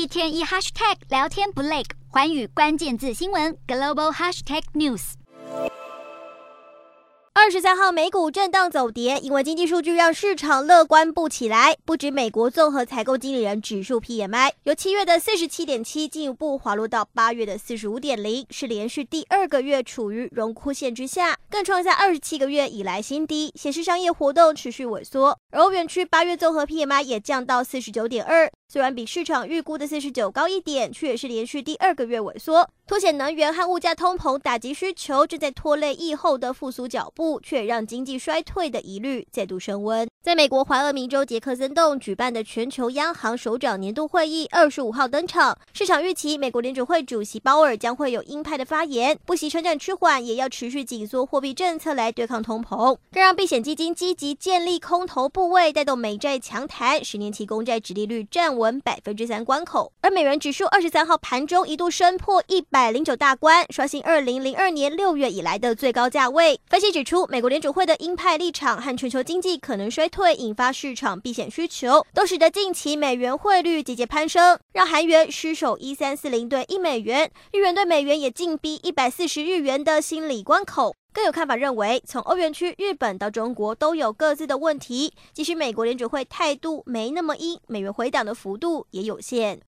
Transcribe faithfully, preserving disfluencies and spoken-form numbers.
天一 hashtag 聊天不累，寰宇关键字新闻 global hashtag news。 二十三号美股震荡走跌，因为经济数据让市场乐观不起来。不止美国综合采购经理人指数 P M I 由七月的 四十七点七 进一步滑落到八月的 四十五点零， 是连续第二个月处于荣枯线之下，更创下二十七个月以来新低，显示商业活动持续萎缩。而欧元区八月综合 P M I 也降到 四十九点二， 虽然比市场预估的四十九高一点，却也是连续第二个月萎缩，凸显能源和物价通膨打击需求正在拖累疫后的复苏脚步，却让经济衰退的疑虑再度升温。在美国怀俄明州杰克森洞举办的全球央行首长年度会议二十五号登场，市场预期美国联准会主席鲍尔将会有鹰派的发言，不惜成长趋缓，也要持续紧缩货币政策来对抗通膨，更让避险基金积极建立空头部位，带动美债强弹，十年期公债殖利率站稳百分之三关口。而美元指数二十三号盘中一度升破一百零九大关，刷新二零零二年六月以来的最高价位。分析指出，美国联准会的鹰派立场和全球经济可能衰退引发市场避险需求，都使得近期美元汇率节节攀升，让韩元失守一三四零对一美元，日元对美元也近逼一百四十日元的心理关口。更有看法认为，从欧元区、日本到中国都有各自的问题，即使美国联准会态度没那么鹰，美元回档的幅度也有限。